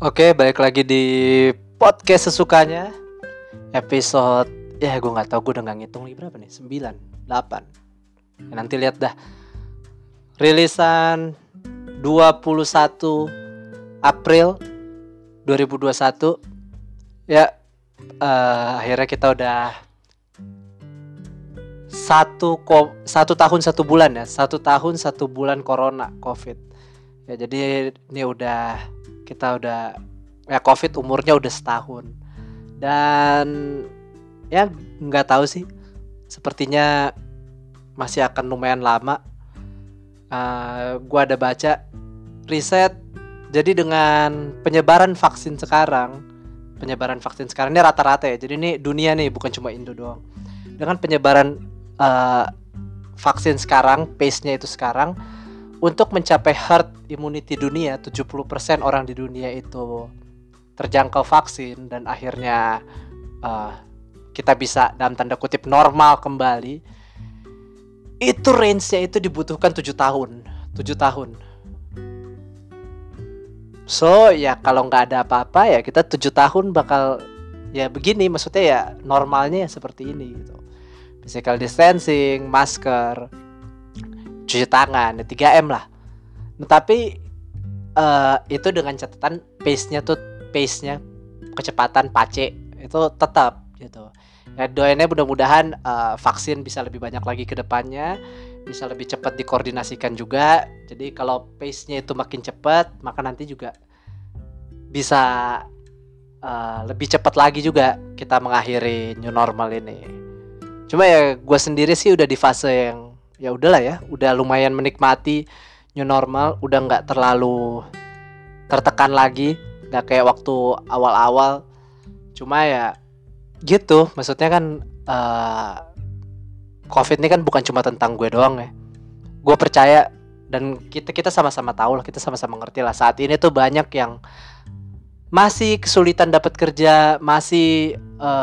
Oke, balik lagi di podcast sesukanya. Episode gue nggak tahu, gue udah nggak ngitung lagi berapa nih, 9, 8. Nanti lihat dah. Rilisan 21 April 2021. Ya, akhirnya kita udah satu tahun 1 bulan ya. 1 tahun 1 bulan corona COVID. Ya, jadi ini kita udah COVID umurnya udah setahun. Dan ya nggak tahu sih, sepertinya masih akan lumayan lama. Gua ada baca riset. Jadi dengan penyebaran vaksin sekarang ini rata-rata ya. Jadi ini dunia nih, bukan cuma Indo doang. Dengan penyebaran vaksin sekarang, pace-nya itu sekarang, untuk mencapai herd immunity dunia, 70% orang di dunia itu terjangkau vaksin dan akhirnya kita bisa dalam tanda kutip normal kembali. Itu range-nya itu dibutuhkan 7 tahun. So ya kalau nggak ada apa-apa ya kita 7 tahun bakal ya begini, maksudnya ya normalnya ya seperti ini gitu. Physical distancing, masker, cuci tangan, 3M lah. Nah, tapi itu dengan catatan pace-nya kecepatan pace itu tetap gitu. Ya doainnya mudah-mudahan vaksin bisa lebih banyak lagi ke depannya, bisa lebih cepat dikoordinasikan juga. Jadi kalau pace-nya itu makin cepat, maka nanti juga bisa lebih cepat lagi juga kita mengakhiri new normal ini. Cuma ya gue sendiri sih udah di fase yang ya udahlah ya, udah lumayan menikmati new normal, udah nggak terlalu tertekan lagi, nggak kayak waktu awal-awal. Cuma ya gitu, maksudnya kan COVID ini kan bukan cuma tentang gue doang ya. Gue percaya dan kita sama-sama tahu lah, kita sama-sama ngerti lah, saat ini tuh banyak yang masih kesulitan dapat kerja, masih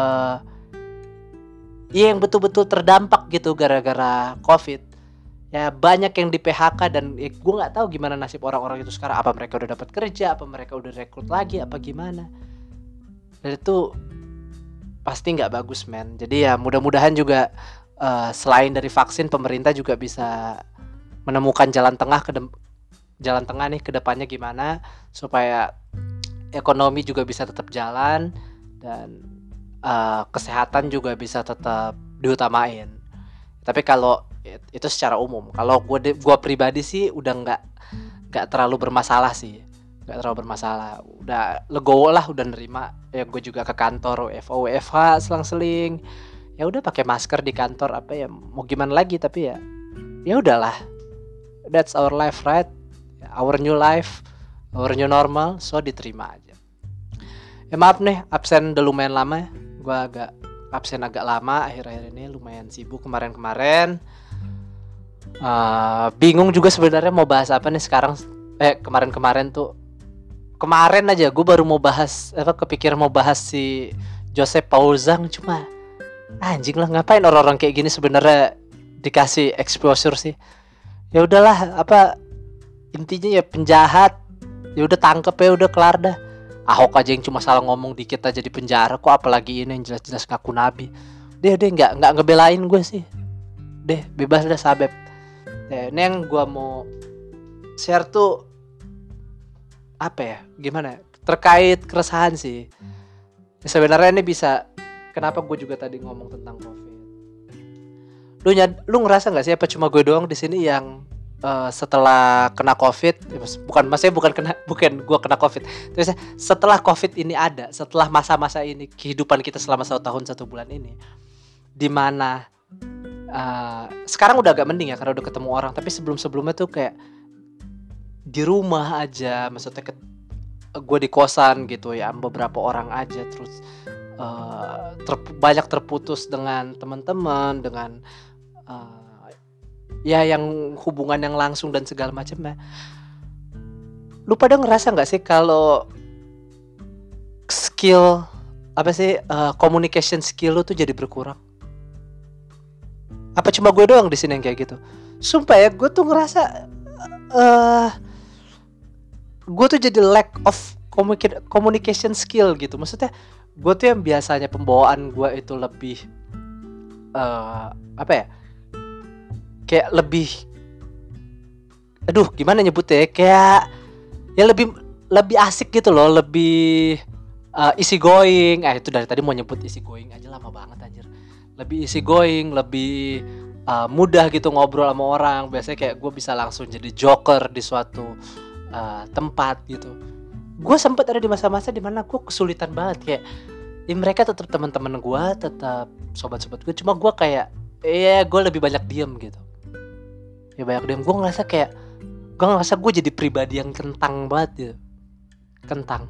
yang betul-betul terdampak gitu gara-gara COVID. Ya banyak yang di PHK dan gue nggak tahu gimana nasib orang-orang itu sekarang. Apa mereka udah dapat kerja, apa mereka udah rekrut lagi, apa gimana. Dan itu pasti nggak bagus, men. Jadi ya mudah-mudahan juga selain dari vaksin, pemerintah juga bisa menemukan jalan tengah nih ke depannya gimana supaya ekonomi juga bisa tetap jalan dan kesehatan juga bisa tetap diutamain. Tapi kalau itu secara umum, kalau gue pribadi sih udah nggak terlalu bermasalah sih, udah legowo lah, udah nerima. Ya gue juga ke kantor WFH selang-seling, ya udah pakai masker di kantor, apa ya mau gimana lagi. Tapi ya udahlah, that's our life, right? Our new life, our new normal, so diterima aja. Ya maaf nih, absen udah lumayan lama ya. Gue absen agak lama akhir-akhir ini, lumayan sibuk kemarin-kemarin. Bingung juga sebenarnya mau bahas apa nih sekarang. Kemarin aja gue baru mau bahas kepikiran mau bahas si Joseph Paul Zhang. Cuma anjing lah, ngapain orang-orang kayak gini sebenarnya dikasih exposure sih. Ya udahlah, intinya ya penjahat, ya udah tangkep ya udah kelar dah. Ahok aja yang cuma salah ngomong dikit aja di penjara, kok apalagi ini yang jelas-jelas ngaku nabi. Deh nggak ngebelain gue sih. Deh bebas dah sabep. Ya, ini yang gue mau share tuh gimana? Terkait keresahan sih. Ya, sebenarnya ini bisa, kenapa gue juga tadi ngomong tentang COVID. Lu ngerasa nggak sih apa cuma gue doang di sini yang setelah kena COVID, bukan gue kena COVID. Terus setelah COVID ini ada, setelah masa-masa ini, kehidupan kita selama 1 tahun 1 bulan ini, di mana sekarang udah agak mending ya karena udah ketemu orang. Tapi sebelumnya tuh kayak di rumah aja, maksudnya gue di kosan gitu ya, beberapa orang aja, terus banyak terputus dengan teman-teman, dengan ya yang hubungan yang langsung dan segala macamnya. Lu pada ngerasa nggak sih kalau skill communication skill lu tuh jadi berkurang? Apa cuma gue doang di sini yang kayak gitu? Sumpah ya, gue tuh ngerasa gue tuh jadi lack of communication skill gitu. Maksudnya gue tuh yang biasanya pembawaan gue itu lebih apa ya, kayak lebih, aduh gimana nyebutnya ya, kayak ya lebih asik gitu loh, lebih easy going. Itu dari tadi mau nyebut easy going aja lama banget anjir. Lebih easy going, lebih mudah gitu ngobrol sama orang. Biasanya kayak gue bisa langsung jadi joker di suatu tempat gitu. Gue sempet ada di masa-masa dimana gue kesulitan banget, kayak ya mereka tetap teman-teman gue, tetap sobat-sobat gue, cuma gue kayak gue lebih banyak diem gitu. Ya banyak diem, gue ngerasa gue jadi pribadi yang kentang banget gitu. Kentang.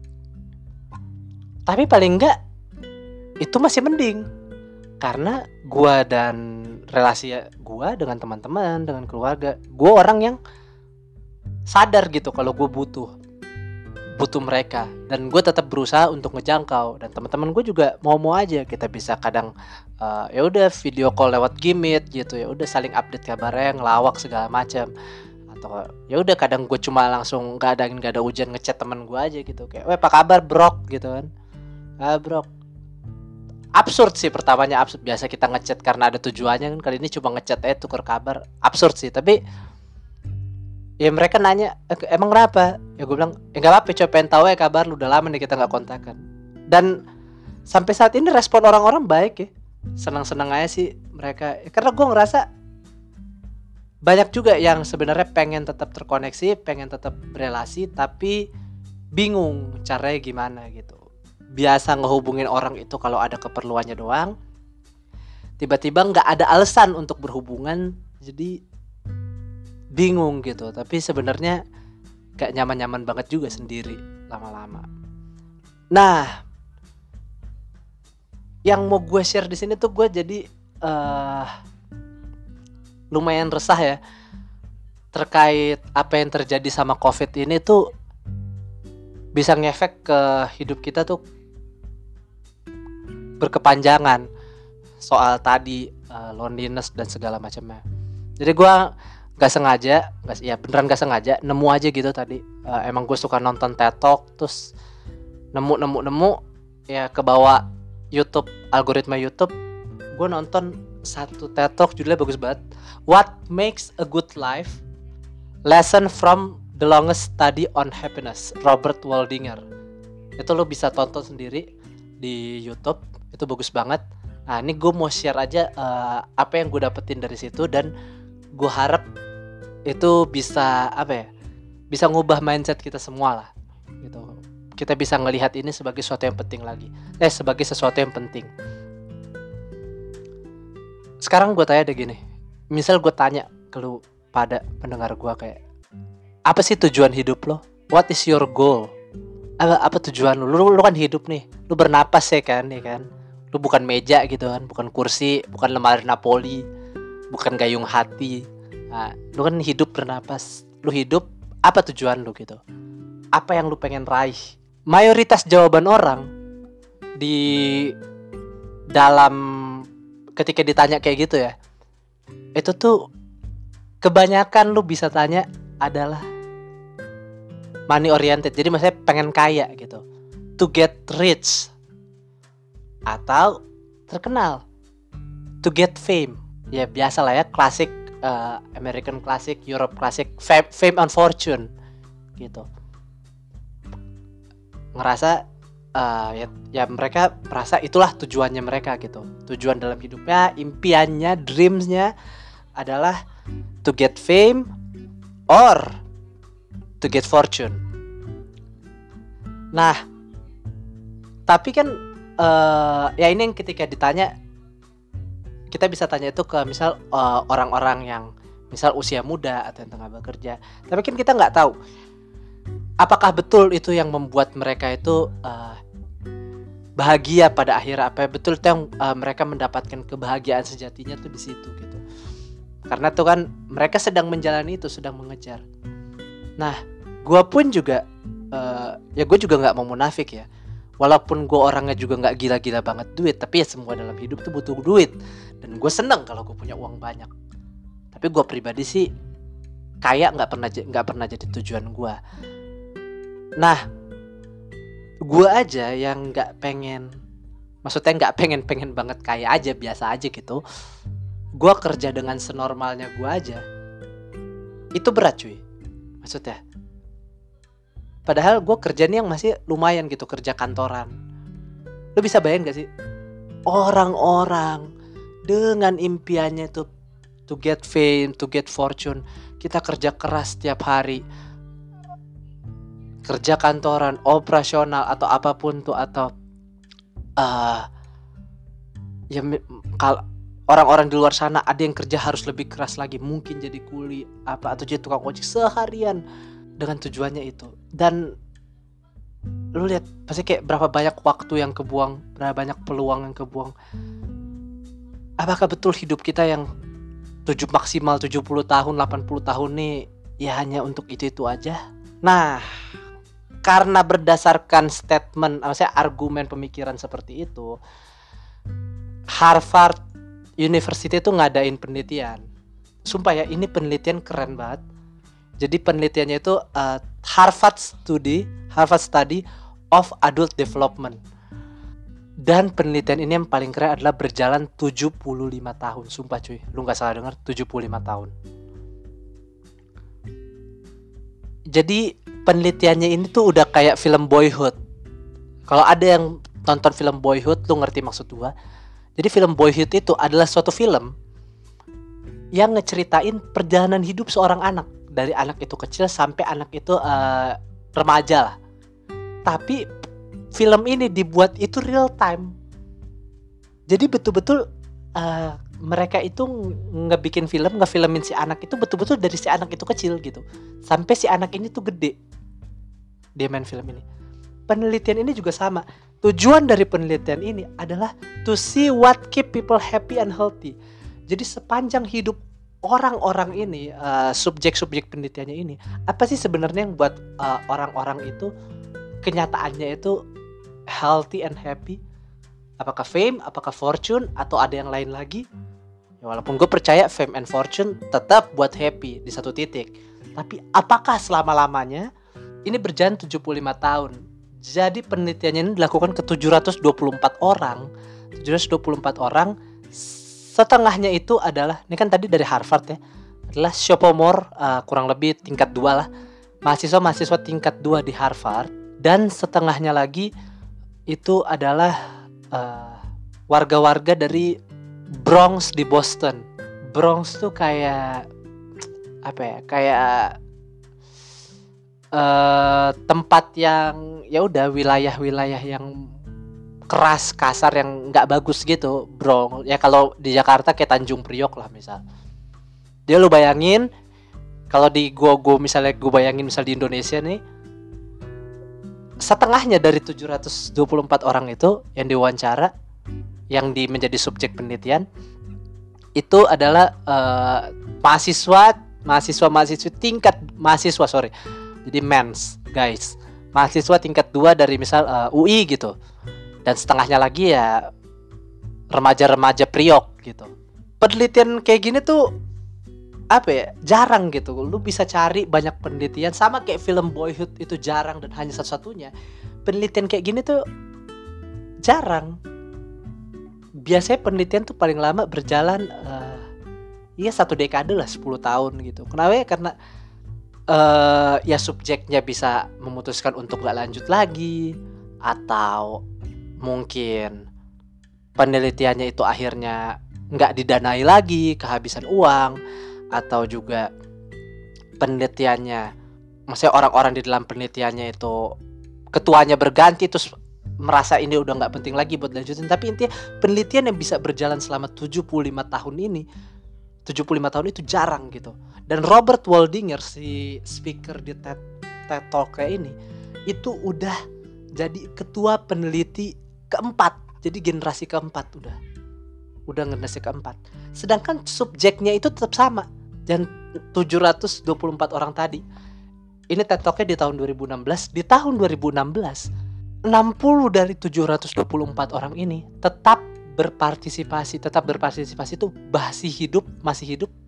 Tapi paling enggak itu masih mending, karena gue dan relasi gue dengan teman-teman, dengan keluarga, gue orang yang sadar gitu kalau gue butuh mereka, dan gue tetap berusaha untuk ngejangkau. Dan teman-teman gue juga mau aja, kita bisa kadang ya udah video call lewat Gmeet gitu, ya udah saling update kabarnya, ngelawak segala macam. Atau ya udah kadang gue cuma langsung gak ada hujan ngechat teman gue aja gitu, kayak weh apa kabar brok gitu kan. Brok, absurd sih pertamanya, absurd. Biasa kita ngechat karena ada tujuannya kan, kali ini cuma ngechat tukar kabar. Absurd sih, tapi ya mereka nanya emang kenapa, ya gue bilang nggak apa-apa, coba pengen tahu ya kabar lu, udah lama nih kita nggak kontakan. Dan sampai saat ini respon orang-orang baik ya, senang-senang aja sih mereka ya, karena gue ngerasa banyak juga yang sebenarnya pengen tetap terkoneksi, pengen tetap berelasi, tapi bingung caranya gimana gitu. Biasa ngehubungin orang itu kalau ada keperluannya doang, tiba-tiba nggak ada alasan untuk berhubungan, jadi bingung gitu. Tapi sebenarnya kayak nyaman-nyaman banget juga sendiri lama-lama. Nah, yang mau gue share di sini tuh gue jadi lumayan resah ya terkait apa yang terjadi sama COVID ini tuh bisa ngefek ke hidup kita tuh berkepanjangan, soal tadi loneliness dan segala macamnya. Jadi gue beneran gak sengaja nemu aja gitu tadi. Emang gue suka nonton TED Talk, terus nemu ya kebawa YouTube, algoritma YouTube. Gue nonton satu TED Talk judulnya bagus banget, What Makes a Good Life, Lesson from the Longest Study on Happiness, Robert Waldinger. Itu lo bisa tonton sendiri di YouTube, itu bagus banget. Nah ini gue mau share aja apa yang gue dapetin dari situ, dan gue harap itu bisa bisa ngubah mindset kita semua lah gitu. Kita bisa ngelihat ini sebagai sesuatu yang penting lagi, sebagai sesuatu yang penting. Sekarang gue tanya deh gini, misal gue tanya ke lu pada pendengar gue, kayak apa sih tujuan hidup lo? What is your goal? Apa tujuan lu? Lu kan hidup nih, lu bernapas ya kan. Lu bukan meja gitu kan, bukan kursi, bukan lemari Napoli, bukan gayung hati. Nah, lu kan hidup bernapas. Lu hidup, apa tujuan lu gitu? Apa yang lu pengen raih? Mayoritas jawaban orang di dalam ketika ditanya kayak gitu ya, itu tuh kebanyakan lu bisa tanya adalah money oriented. Jadi maksudnya pengen kaya gitu, to get rich, atau terkenal, to get fame. Ya biasa lah ya, klasik American classic, Europe classic, fame and fortune gitu. Ngerasa ya mereka merasa itulah tujuannya mereka gitu. Tujuan dalam hidupnya, impiannya, dreamsnya adalah to get fame or to get fortune. Nah, tapi kan ya ini yang ketika ditanya, kita bisa tanya itu ke misal orang-orang yang misal usia muda atau yang tengah bekerja. Tapi kan kita nggak tahu apakah betul itu yang membuat mereka itu bahagia pada akhirnya. Apa betul itu yang mereka mendapatkan kebahagiaan sejatinya tuh di situ gitu. Karena tuh kan mereka sedang menjalani itu, sedang mengejar. Nah, gue pun juga ya gue juga nggak mau munafik ya. Walaupun gue orangnya juga nggak gila-gila banget duit, tapi ya semua dalam hidup tuh butuh duit. Dan gue seneng kalau gue punya uang banyak. Tapi gue pribadi sih kaya nggak pernah jadi tujuan gue. Nah, Gue aja yang nggak pengen, maksudnya nggak pengen banget kaya aja, biasa aja gitu. Gue kerja dengan senormalnya gue aja, itu berat cuy. Maksudnya, padahal gue kerja nih yang masih lumayan gitu, kerja kantoran. Lo bisa bayangin gak sih, orang-orang dengan impiannya tuh to get fame, to get fortune, kita kerja keras setiap hari, kerja kantoran, operasional atau apapun tuh, atau ya kalau orang-orang di luar sana ada yang kerja harus lebih keras lagi, mungkin jadi kuli apa atau jadi tukang ojek seharian dengan tujuannya itu. Dan lu lihat pasti kayak berapa banyak waktu yang kebuang, berapa banyak peluang yang kebuang. Apakah betul hidup kita yang maksimal 70 tahun, 80 tahun nih ya hanya untuk itu aja? Nah, karena berdasarkan statement, maksudnya argumen pemikiran seperti itu, Harvard University itu ngadain penelitian. Sumpah ya, ini penelitian keren banget. Jadi penelitiannya itu Harvard Study of Adult Development. Dan penelitian ini yang paling keren adalah berjalan 75 tahun. Sumpah cuy, lu gak salah dengar, 75 tahun. Jadi penelitiannya ini tuh udah kayak film Boyhood. Kalau ada yang nonton film Boyhood, lu ngerti maksud gua. Jadi film Boyhood itu adalah suatu film yang ngeceritain perjalanan hidup seorang anak, dari anak itu kecil sampai anak itu remaja lah. Tapi film ini dibuat itu real time. Jadi betul-betul mereka itu ngebikin film, ngefilmin si anak itu betul-betul dari si anak itu kecil gitu, sampai si anak ini tuh gede dia main film ini. Penelitian ini juga sama. Tujuan dari penelitian ini adalah to see what keep people happy and healthy. Jadi sepanjang hidup orang-orang ini, subjek-subjek penelitiannya ini, apa sih sebenarnya yang buat orang-orang itu kenyataannya itu healthy and happy? Apakah fame, apakah fortune, atau ada yang lain lagi? Ya, walaupun gue percaya fame and fortune tetap buat happy di satu titik. Tapi apakah selama-lamanya? Ini berjalan 75 tahun. Jadi penelitiannya ini dilakukan ke 724 orang. 724 orang. Setengahnya itu adalah, ini kan tadi dari Harvard ya, adalah sophomore, kurang lebih tingkat 2 lah, mahasiswa tingkat 2 di Harvard. Dan setengahnya lagi itu adalah warga-warga dari Bronx di Boston. Bronx tuh kayak apa ya? Kayak tempat yang ya udah wilayah-wilayah yang keras, kasar, yang nggak bagus gitu, Bronx. Ya kalau di Jakarta kayak Tanjung Priok lah misal. Dia lu bayangin kalau di gua misalnya gue bayangin misal di Indonesia nih, setengahnya dari 724 orang itu yang diwawancara, yang menjadi subjek penelitian itu adalah mahasiswa tingkat jadi mens guys, mahasiswa tingkat 2 dari misal UI gitu, dan setengahnya lagi ya remaja-remaja Priok gitu. Penelitian kayak gini tuh apa ya, jarang gitu. Lu bisa cari banyak penelitian, sama kayak film Boyhood itu jarang dan hanya satu-satunya. Penelitian kayak gini tuh jarang. Biasanya penelitian tuh paling lama berjalan ya 1 dekade lah, 10 tahun gitu. Kenapa ya? Karena ya subjeknya bisa memutuskan untuk gak lanjut lagi, atau mungkin penelitiannya itu akhirnya gak didanai lagi, kehabisan uang, atau juga penelitiannya, maksudnya orang-orang di dalam penelitiannya itu ketuanya berganti, terus merasa ini udah gak penting lagi buat lanjutin. Tapi intinya penelitian yang bisa berjalan selama 75 tahun ini, 75 tahun itu jarang gitu. Dan Robert Waldinger, si speaker di TED Talk ini, itu udah jadi ketua peneliti keempat. Jadi generasi keempat udah generasi keempat. Sedangkan subjeknya itu tetap sama, dan 724 orang tadi. Ini TED Talk-nya di tahun 2016. Di tahun 2016, 60 dari 724 orang ini tetap berpartisipasi itu masih hidup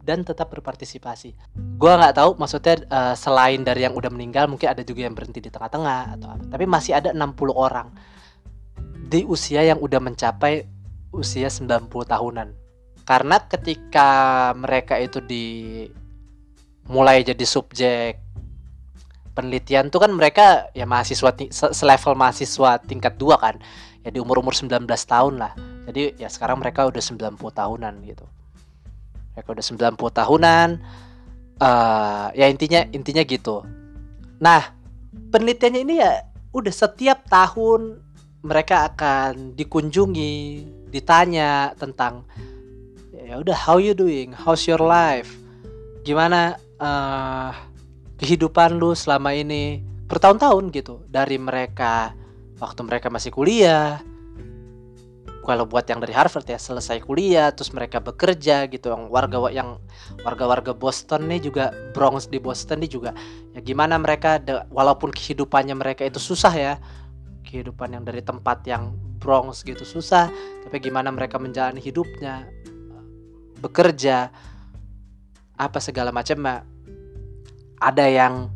dan tetap berpartisipasi. Gua nggak tahu maksudnya selain dari yang udah meninggal mungkin ada juga yang berhenti di tengah-tengah atau apa. Tapi masih ada 60 orang di usia yang udah mencapai usia 90 tahunan. Karena ketika mereka itu mulai jadi subjek penelitian tuh kan mereka ya mahasiswa selevel mahasiswa tingkat 2 kan. Ya di umur 19 tahun lah. Jadi ya sekarang mereka udah 90 tahunan gitu. Mereka udah 90 tahunan. Ya intinya gitu. Nah, penelitiannya ini ya udah setiap tahun mereka akan dikunjungi, ditanya tentang ya udah how you doing, how's your life, gimana kehidupan lu selama ini, bertahun-tahun gitu, dari mereka waktu mereka masih kuliah, kalau buat yang dari Harvard ya selesai kuliah terus mereka bekerja gitu, yang warga Boston nih juga, Bronx di Boston nih juga ya gimana mereka walaupun kehidupannya mereka itu susah ya, kehidupan yang dari tempat yang Bronx gitu susah, tapi gimana mereka menjalani hidupnya, bekerja apa segala macam. Ada yang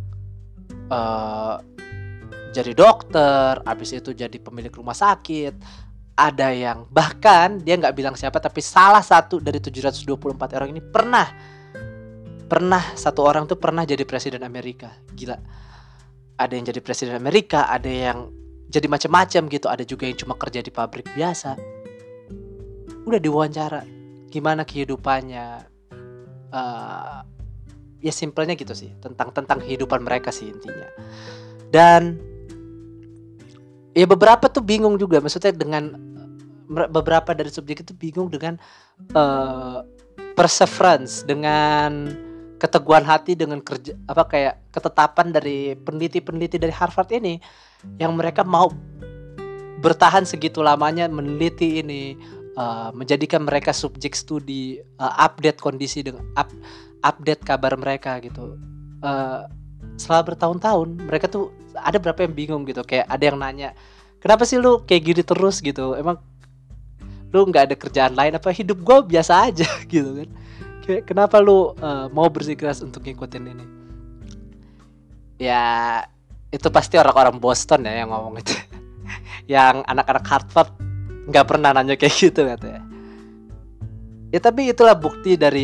jadi dokter, habis itu jadi pemilik rumah sakit, ada yang bahkan dia nggak bilang siapa tapi salah satu dari 724 orang ini pernah satu orang tuh pernah jadi presiden Amerika. Gila, ada yang jadi presiden Amerika, ada yang jadi macam-macam gitu, ada juga yang cuma kerja di pabrik biasa. Udah diwawancara gimana kehidupannya, ya simpelnya gitu sih, tentang kehidupan mereka sih intinya. Dan ya beberapa tuh bingung juga, maksudnya dengan beberapa dari subjek itu bingung dengan perseverance, dengan keteguhan hati, dengan kerja kayak ketetapan dari peneliti dari Harvard ini, yang mereka mau bertahan segitu lamanya meneliti ini, menjadikan mereka subjek studi, update kondisi dengan update kabar mereka gitu. Setelah bertahun-tahun mereka tuh ada berapa yang bingung gitu, kayak ada yang nanya, kenapa sih lu kayak gini terus gitu, emang lu nggak ada kerjaan lain apa, hidup gue biasa aja gitu kan, kayak kenapa lu mau bersikeras untuk ngikutin ini. Ya itu pasti orang-orang Boston ya yang ngomong itu. Yang anak-anak Harvard nggak pernah nanya kayak gitu katanya. Ya tapi itulah bukti dari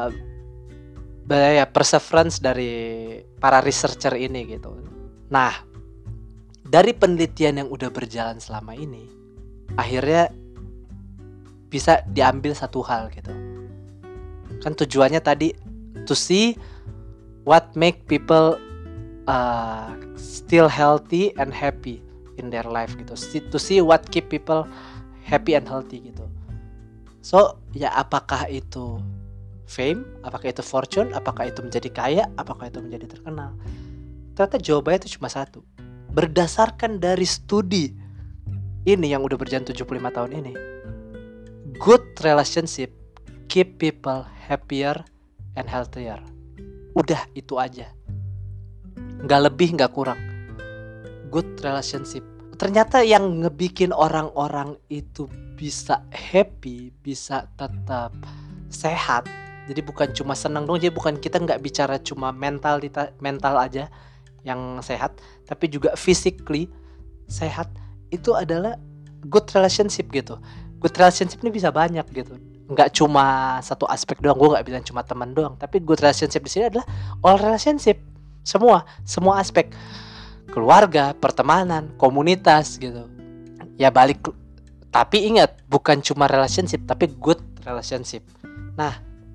perseverance dari para researcher ini gitu. Nah, dari penelitian yang udah berjalan selama ini, akhirnya bisa diambil satu hal gitu. Kan tujuannya tadi to see what make people still healthy and happy in their life gitu. To see what keep people happy and healthy gitu. So, ya apakah itu fame, apakah itu fortune, apakah itu menjadi kaya, apakah itu menjadi terkenal? Ternyata jawabannya itu cuma satu. Berdasarkan dari studi ini yang udah berjalan 75 tahun ini, good relationship keep people happier and healthier. Udah itu aja, nggak lebih nggak kurang. Good relationship. Ternyata yang ngebikin orang-orang itu bisa happy, bisa tetap sehat. Jadi bukan cuma senang dong, jadi bukan, kita nggak bicara cuma mental aja yang sehat, tapi juga physically sehat. Itu adalah good relationship gitu. Good relationship ini bisa banyak gitu, nggak cuma satu aspek doang. Gue nggak bilang cuma teman doang, tapi good relationship di sini adalah all relationship, semua aspek, keluarga, pertemanan, komunitas gitu. Ya tapi ingat, bukan cuma relationship tapi good relationship. Nah,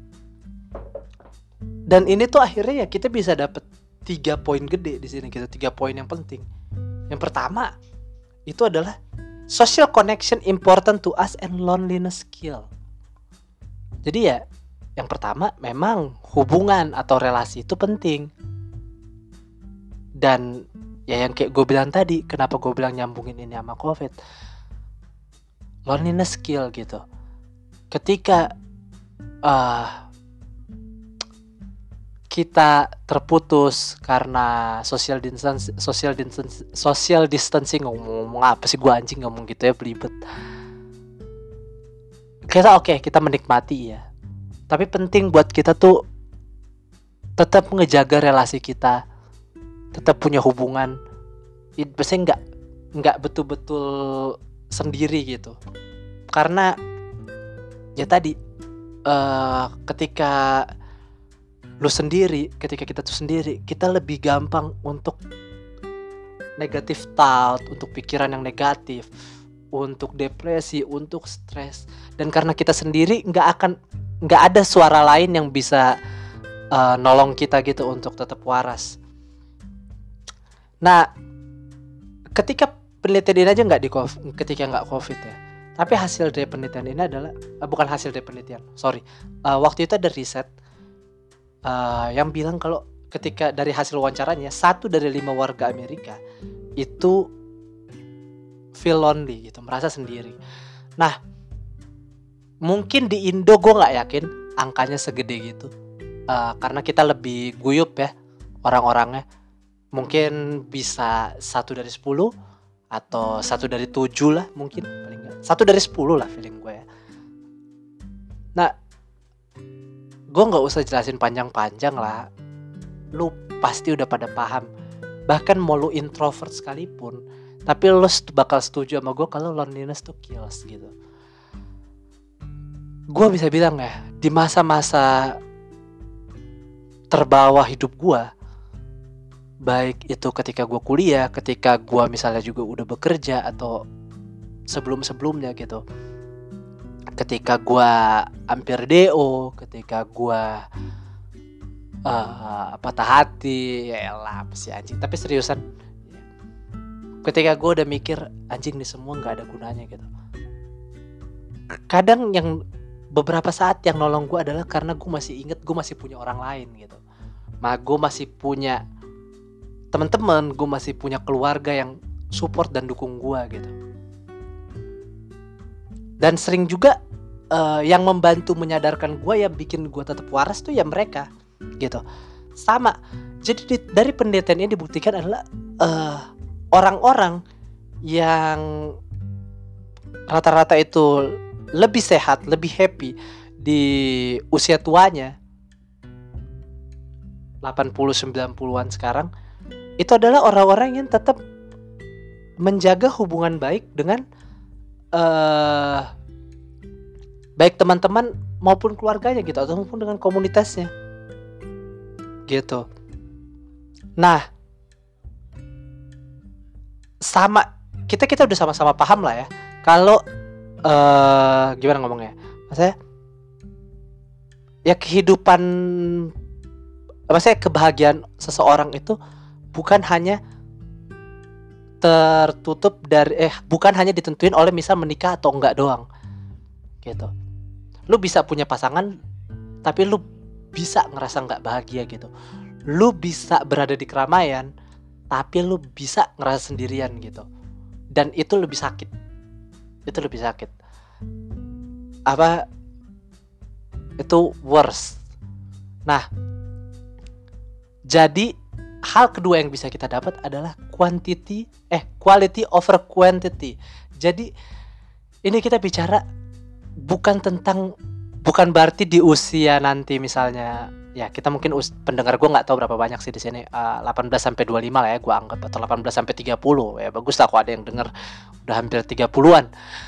dan ini tuh akhirnya ya kita bisa dapat 3 poin gede di sini gitu, 3 poin yang penting. Yang pertama itu adalah social connection important to us and loneliness skill. Jadi ya yang pertama memang hubungan atau relasi itu penting. Dan ya yang kayak gue bilang tadi, kenapa gue bilang nyambungin ini sama COVID, loneliness skill gitu. Ketika kita terputus karena social distancing, ngomong apa sih gue anjing ngomong gitu ya, belibet. Kita menikmati ya, Tapi penting buat kita tuh tetap ngejaga relasi kita, tetap punya hubungan. Biasanya nggak betul-betul sendiri gitu. Karena ya tadi ketika lu sendiri, ketika kita tuh sendiri, kita lebih gampang untuk negatif thought, untuk pikiran yang negatif, untuk depresi, untuk stres. Dan karena kita sendiri nggak ada suara lain yang bisa nolong kita gitu untuk tetap waras. Nah, ketika penelitian ini aja ketika nggak COVID ya. Tapi hasil dari penelitian ini adalah bukan hasil dari penelitian, waktu itu ada riset yang bilang kalau ketika dari hasil wawancaranya 1 dari 5 warga Amerika itu feel lonely gitu, merasa sendiri. Nah, mungkin di Indo gue nggak yakin angkanya segede gitu, karena kita lebih guyup ya orang-orangnya. Mungkin bisa 1 dari 10 atau 1 dari 7 lah, mungkin paling nggak 1 dari 10 lah feeling gue ya. Nah, gue nggak usah jelasin panjang-panjang lah, lu pasti udah pada paham. Bahkan mau lu introvert sekalipun, tapi lu bakal setuju sama gue kalau loneliness tuh kills gitu. Gue bisa bilang ya, di masa-masa terbawah hidup gue, baik itu ketika gue kuliah, ketika gue misalnya juga udah bekerja, atau sebelum-sebelumnya gitu, ketika gue hampir DO, ketika gue patah hati, ya elah apa sih anjing, tapi seriusan, ketika gue udah mikir anjing nih semua nggak ada gunanya gitu. Kadang yang beberapa saat yang nolong gue adalah karena gue masih inget gue masih punya orang lain gitu. Gue masih punya teman-teman, gue masih punya keluarga yang support dan dukung gue gitu. Dan sering juga yang membantu menyadarkan gue, ya bikin gue tetap waras tuh ya mereka gitu. Sama. Jadi dari penelitian ini dibuktikan adalah orang-orang yang rata-rata itu lebih sehat, lebih happy di usia tuanya 80-90-an sekarang, itu adalah orang-orang yang tetap menjaga hubungan baik dengan baik teman-teman maupun keluarganya gitu, ataupun dengan komunitasnya gitu. Nah, sama kita udah sama-sama paham lah ya kalau gimana ngomongnya, maksudnya ya kehidupan, maksudnya kebahagiaan seseorang itu bukan hanya tertutup dari bukan hanya ditentuin oleh misal menikah atau enggak doang gitu. Lu bisa punya pasangan tapi lu bisa ngerasa enggak bahagia gitu. Lu bisa berada di keramaian tapi lu bisa ngerasa sendirian gitu. Dan itu lebih sakit. Apa itu worse. Nah, jadi hal kedua yang bisa kita dapat adalah quality over quantity. Jadi ini kita bicara bukan berarti di usia nanti misalnya ya, kita mungkin pendengar gue nggak tahu berapa banyak sih di sini, 18-25 lah ya gue anggap, atau 18-30 ya, bagus lah kalau ada yang denger udah hampir 30-an.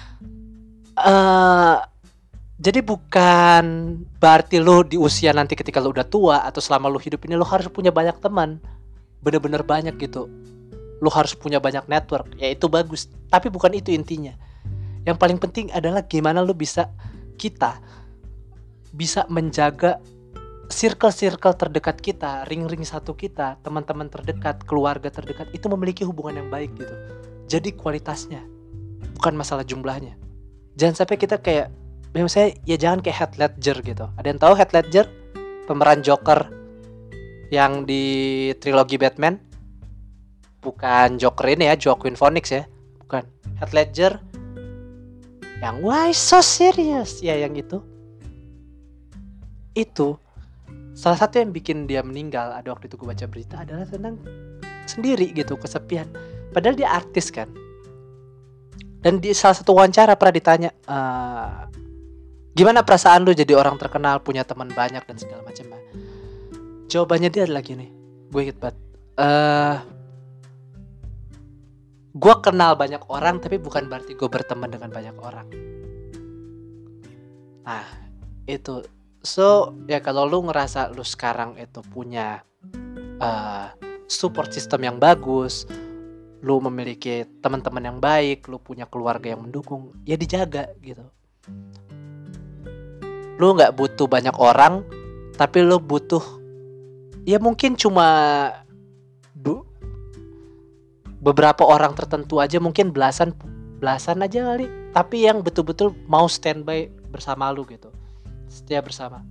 Jadi bukan berarti lo di usia nanti ketika lo udah tua atau selama lo hidup ini lo harus punya banyak teman, bener-bener banyak gitu. Lo harus punya banyak network, ya itu bagus, tapi bukan itu intinya. Yang paling penting adalah gimana kita bisa menjaga circle terdekat kita, ring-ring satu kita, teman-teman terdekat, keluarga terdekat itu memiliki hubungan yang baik gitu. Jadi kualitasnya, bukan masalah jumlahnya. Jangan sampai kita kayak, misalnya ya jangan kayak Heath Ledger gitu. Ada yang tahu Heath Ledger? Pemeran Joker yang di trilogi Batman. Bukan Joker ini ya, Joaquin Phoenix ya. Bukan. Heath Ledger yang why so serious ya, yang itu salah satu yang bikin dia meninggal, ada waktu itu gue baca berita, adalah tentang sendiri gitu, kesepian. Padahal dia artis kan. Dan di salah satu wawancara pernah ditanya, Gimana perasaan lu jadi orang terkenal, punya teman banyak dan segala macam? Jawabannya dia adalah gini. Gue inget banget. Gue kenal banyak orang, tapi bukan berarti gue berteman dengan banyak orang. Nah, itu. So, ya kalau lu ngerasa lu sekarang itu punya support system yang bagus, lu memiliki teman-teman yang baik, lu punya keluarga yang mendukung, ya dijaga gitu. Lu gak butuh banyak orang, tapi lu butuh, ya mungkin cuma beberapa orang tertentu aja, mungkin belasan aja kali, tapi yang betul-betul mau standby bersama lu gitu, setia bersama.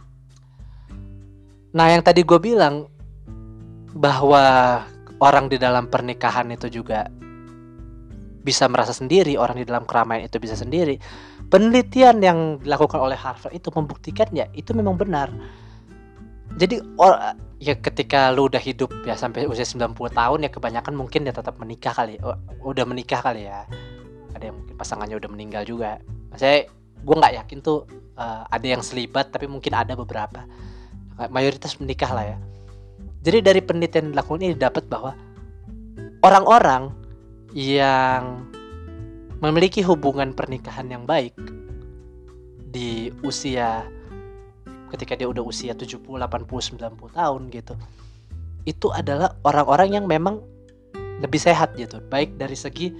Nah, yang tadi gue bilang bahwa orang di dalam pernikahan itu juga bisa merasa sendiri, orang di dalam keramaian itu bisa sendiri. Penelitian yang dilakukan oleh Harvard itu membuktikan ya itu memang benar. Jadi ya ketika lu udah hidup ya sampai usia 90 tahun ya kebanyakan mungkin ya tetap menikah kali. Udah menikah kali ya. Ada yang mungkin pasangannya udah meninggal juga. Maksudnya gue gak yakin tuh ada yang selibat, tapi mungkin ada beberapa. Mayoritas menikah lah ya. Jadi dari penelitian dilakukan ini dapat bahwa orang-orang yang memiliki hubungan pernikahan yang baik di usia ketika dia udah usia 70, 80, 90 tahun gitu, itu adalah orang-orang yang memang lebih sehat gitu, baik dari segi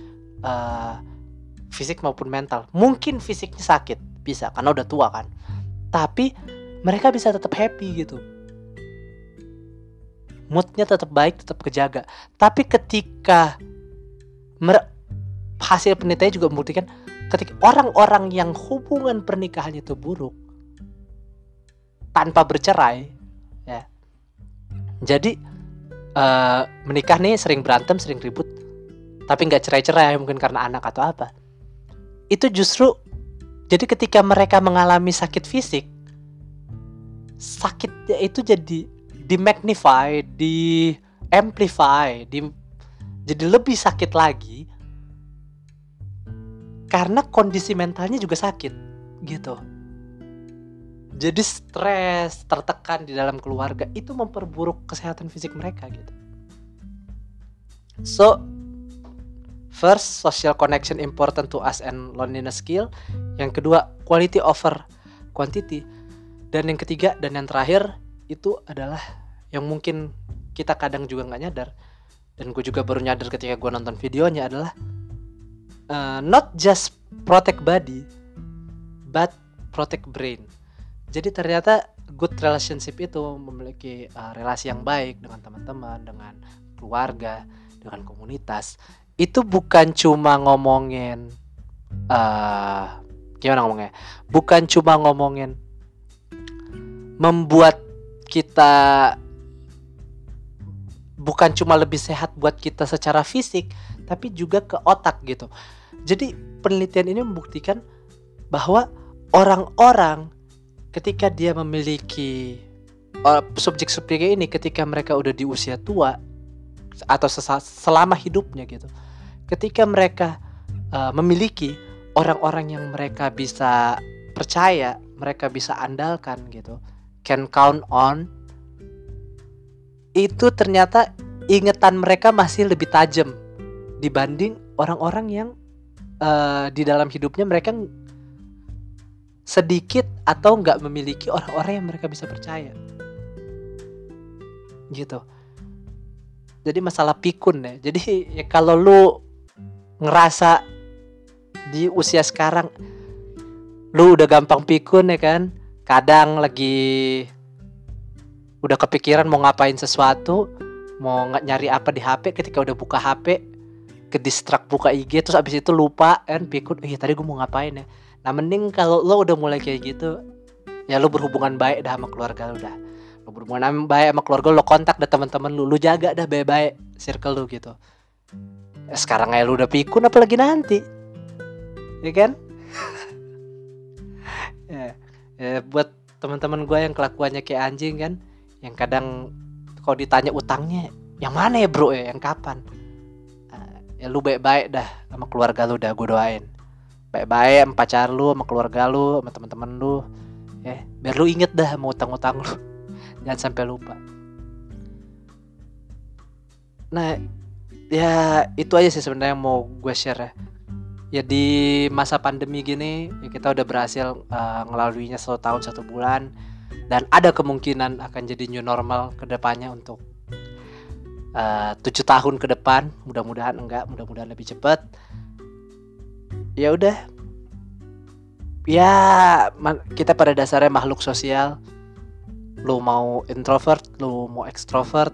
fisik maupun mental. Mungkin fisiknya sakit, bisa karena udah tua kan, tapi mereka bisa tetap happy gitu, moodnya tetap baik, tetap kejaga. Tapi ketika hasil penelitian juga membuktikan ketika orang-orang yang hubungan pernikahannya itu buruk tanpa bercerai ya, jadi menikah nih sering berantem, sering ribut, tapi nggak cerai-cerai mungkin karena anak atau apa, itu justru jadi ketika mereka mengalami sakit fisik, sakitnya itu jadi di-magnify, di-amplify, jadi lebih sakit lagi karena kondisi mentalnya juga sakit gitu. Jadi stres, tertekan di dalam keluarga itu memperburuk kesehatan fisik mereka gitu. So, first, social connection important to us and loneliness skill. Yang kedua, quality over quantity. Dan yang ketiga dan yang terakhir itu adalah yang mungkin kita kadang juga gak nyadar, dan gue juga baru nyadar ketika gue nonton videonya, adalah not just protect body but protect brain. Jadi ternyata good relationship itu memiliki relasi yang baik dengan teman-teman, dengan keluarga, dengan komunitas. Itu bukan cuma ngomongin gimana ngomongnya? Bukan cuma ngomongin membuat kita, bukan cuma lebih sehat buat kita secara fisik, tapi juga ke otak gitu. Jadi penelitian ini membuktikan bahwa orang-orang ketika dia memiliki subjek-subjeknya ini, ketika mereka udah di usia tua atau selama hidupnya gitu, ketika mereka memiliki orang-orang yang mereka bisa percaya, mereka bisa andalkan gitu, can count on, itu ternyata ingatan mereka masih lebih tajam dibanding orang-orang yang di dalam hidupnya mereka sedikit atau nggak memiliki orang-orang yang mereka bisa percaya gitu. Jadi masalah pikun ya. Jadi ya kalau lu ngerasa di usia sekarang lu udah gampang pikun ya kan, kadang lagi udah kepikiran mau ngapain sesuatu, mau nyari apa di HP, ketika udah buka HP ke distract buka IG, terus abis itu lupa kan, pikun, iya tadi gue mau ngapain ya. Nah mending kalau lo udah mulai kayak gitu, ya lo berhubungan baik dah sama keluarga lo dah. Lo berhubungan baik sama keluarga lo, kontak dah teman-teman lo jaga dah baik-baik circle lo gitu. Ya, sekarang aja lo udah pikun, apalagi nanti, ya kan? ya, buat teman-teman gue yang kelakuannya kayak anjing kan, yang kadang kalau ditanya utangnya yang mana ya bro ya, yang kapan, ya lu baik-baik dah sama keluarga lu dah, gue doain. baik-baik sama pacar lu, sama keluarga lu, sama teman-teman lu. Ya, biar lu inget dah mau utang-utang lu. Jangan sampai lupa. Nah, ya itu aja sih sebenarnya yang mau gue share ya. Ya di masa pandemi gini ya kita udah berhasil ngelaluinya 1 tahun 1 bulan, dan ada kemungkinan akan jadi new normal ke depannya untuk 7 tahun ke depan. Mudah-mudahan enggak, mudah-mudahan lebih cepat. Ya udah. Ya kita pada dasarnya makhluk sosial. Lu mau introvert, lu mau extrovert,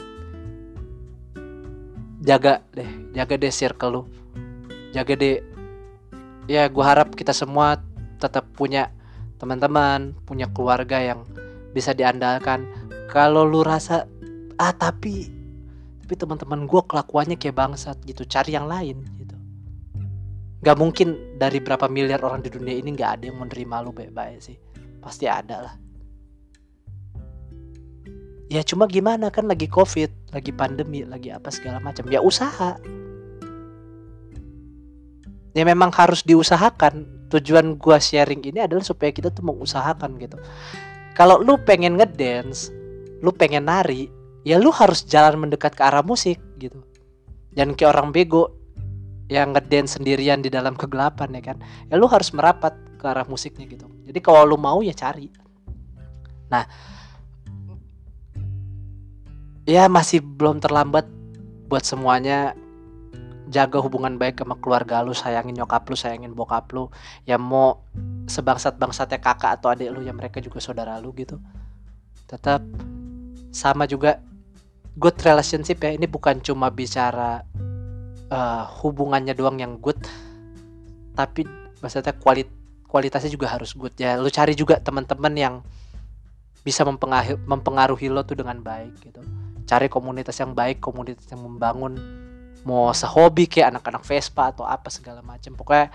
jaga deh circle lu. Jaga deh. Ya gue harap kita semua tetap punya teman-teman, punya keluarga yang bisa diandalkan. Kalau lu rasa tapi teman-teman gue kelakuannya kayak bangsat gitu, cari yang lain gitu. Gak mungkin dari berapa miliar orang di dunia ini gak ada yang menerima lu baik-baik sih. Pasti ada lah. Ya cuma gimana, kan lagi covid, lagi pandemi, lagi apa segala macam. Ya usaha. Ya memang harus diusahakan. Tujuan gua sharing ini adalah supaya kita tuh mengusahakan gitu. Kalau lu pengen ngedance, lu pengen nari, ya lu harus jalan mendekat ke arah musik gitu. Jangan kayak orang bego yang ngedance sendirian di dalam kegelapan ya kan. Ya lu harus merapat ke arah musiknya gitu. Jadi kalau lu mau ya cari. Nah, ya masih belum terlambat buat semuanya. Jaga hubungan baik sama keluarga lu, sayangin nyokap lu, sayangin bokap lu. Ya mau sebangsat-bangsatnya kakak atau adik lu, ya mereka juga saudara lu gitu. Tetap sama juga good relationship ya. Ini bukan cuma bicara hubungannya doang yang good, tapi maksudnya kualitasnya juga harus good ya. Lu cari juga teman-teman yang bisa mempengaruhi lo tuh dengan baik gitu. Cari komunitas yang baik, komunitas yang membangun. Mau sehobi kayak anak-anak Vespa atau apa segala macam. Pokoknya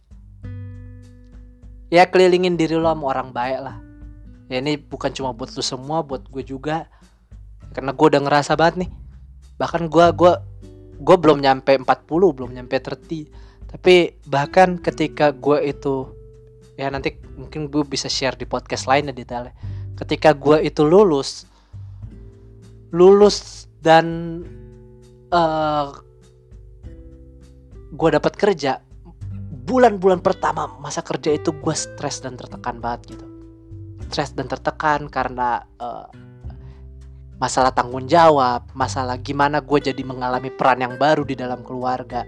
ya kelilingin diri lo sama orang baik lah. Ya ini bukan cuma buat lo semua, buat gue juga. Karena gue udah ngerasa banget nih. Bahkan gue belum nyampe 40, belum nyampe 30. Tapi bahkan ketika gue itu, ya nanti mungkin gue bisa share di podcast lainnya detailnya. Ketika gue itu lulus dan gue dapat kerja, bulan-bulan pertama masa kerja itu gue stres dan tertekan banget gitu. Stres dan tertekan karena masalah tanggung jawab, masalah gimana gue jadi mengalami peran yang baru di dalam keluarga,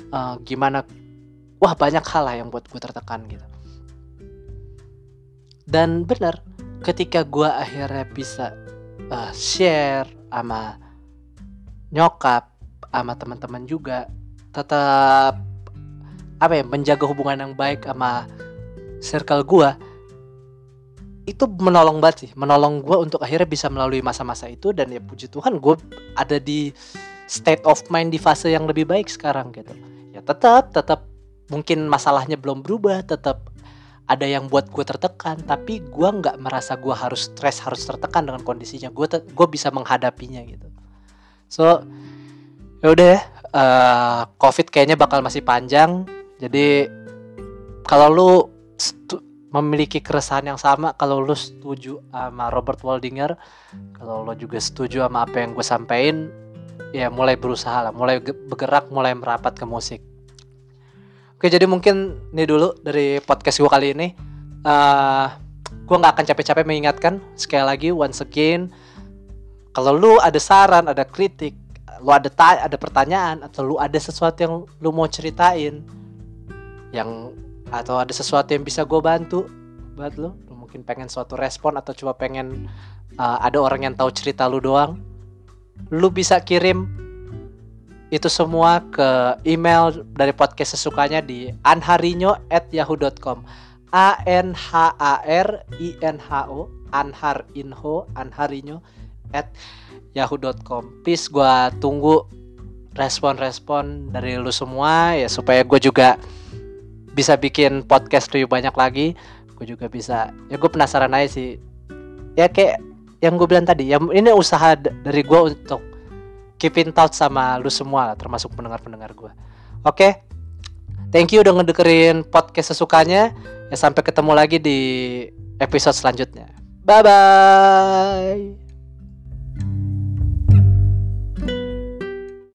banyak hal lah yang buat gue tertekan gitu. Dan benar, ketika gue akhirnya bisa share sama nyokap, sama teman-teman juga, tetap menjaga hubungan yang baik sama circle gue, itu menolong banget sih, menolong gue untuk akhirnya bisa melalui masa-masa itu. Dan ya puji Tuhan gue ada di state of mind di fase yang lebih baik sekarang gitu. Ya tetap mungkin masalahnya belum berubah, tetap ada yang buat gue tertekan, tapi gue nggak merasa gue harus stres, harus tertekan dengan kondisinya. Gue bisa menghadapinya gitu. So ya udah ya, COVID kayaknya bakal masih panjang. Jadi kalau lu memiliki keresahan yang sama, kalau lu setuju sama Robert Waldinger, kalau lu juga setuju sama apa yang gue sampein, ya mulai berusaha lah, mulai bergerak, mulai merapat ke musik. Oke, jadi mungkin ini dulu dari podcast gue kali ini. Gue gak akan capek-capek mengingatkan sekali lagi, once again, kalau lu ada saran, ada kritik, lu ada pertanyaan, atau lu ada sesuatu yang lu mau ceritain, atau ada sesuatu yang bisa gue bantu buat lu mungkin pengen suatu respon, atau cuma pengen ada orang yang tahu cerita lu doang, lu bisa kirim itu semua ke email dari podcast sesukanya di anharinho@yahoo.com. anharinho@yahoo.com. Please gue tunggu respon-respon dari lu semua ya, supaya gue juga bisa bikin podcast lebih banyak lagi. Gue juga bisa, ya gue penasaran aja sih, ya kayak yang gue bilang tadi, ya ini usaha dari gue untuk keep in touch sama lu semua, termasuk pendengar-pendengar gue. Oke, Thank you udah ngedengerin podcast sesukanya. Ya sampai ketemu lagi di episode selanjutnya. Bye bye.